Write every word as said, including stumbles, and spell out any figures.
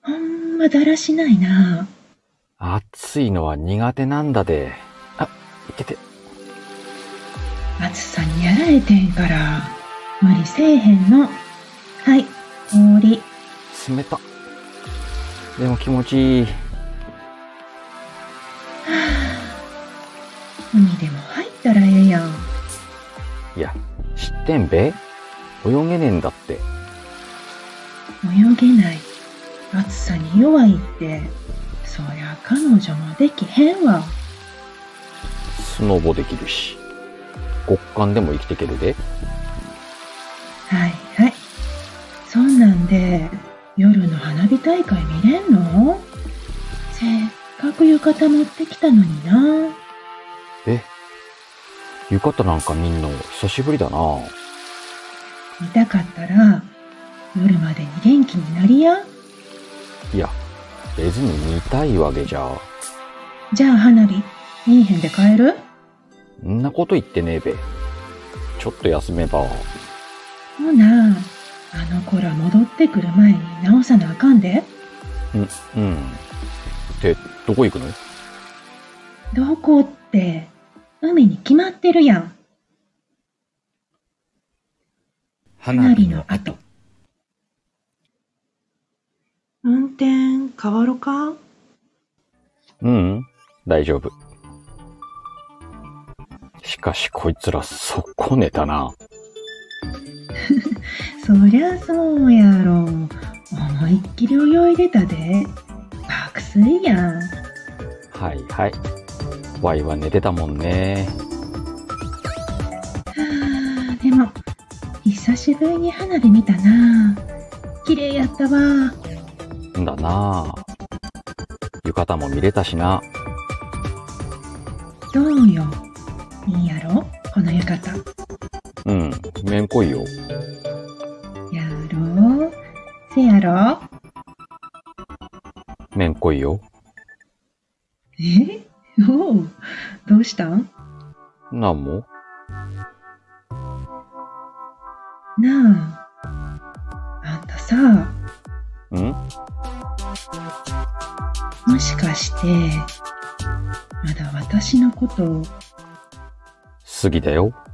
ほんまだらしないな。 暑いのは苦手なんだで。あ、いけて。 暑さにやられてんから、無理せえへんの。はい、氷。 冷た。でも気持ちいい。はぁ、海でも入ったらええやん。 いや、知ってんべ？泳げねえんだって。 泳げない。暑さに弱いって、そりゃ彼女もできへんわ。 スノボできるし、極寒でも生きていけるで。 はいはい。そんなんで、夜の花火大会見れんの？せっかく浴衣持ってきたのにな。 え、浴衣なんか見んの久しぶりだな。 見たかったら、夜までに元気になりや。 いや、別に見たいわけじゃ。 じゃあ花火、見えへんで帰る？ んなこと言ってねえべ。ちょっと休めば。 ほな、あの子ら戻ってくる前に直さなあかんで。 うん、うん。って、どこ行くの？ どこって、海に決まってるやん。花火の後。運転変わろか？ ううん、大丈夫。しかしこいつら速攻寝たな。 そりゃそうやろ。思いっきり泳いでたで。爆睡やん。 はいはい。ワイは寝てたもんね。 はあ、でも、久しぶりに花火見たな。綺麗やったわ。 んだなあ。浴衣も見れたしな。 どうよ。いいやろこの浴衣。 うん、めんこいよ。 やろうせやろ？ めんこいよ。 え？おう、どうしたん？ なんも？ なあ、あんたさ、 ん？ もしかして、まだ私のこと、 好きだよ。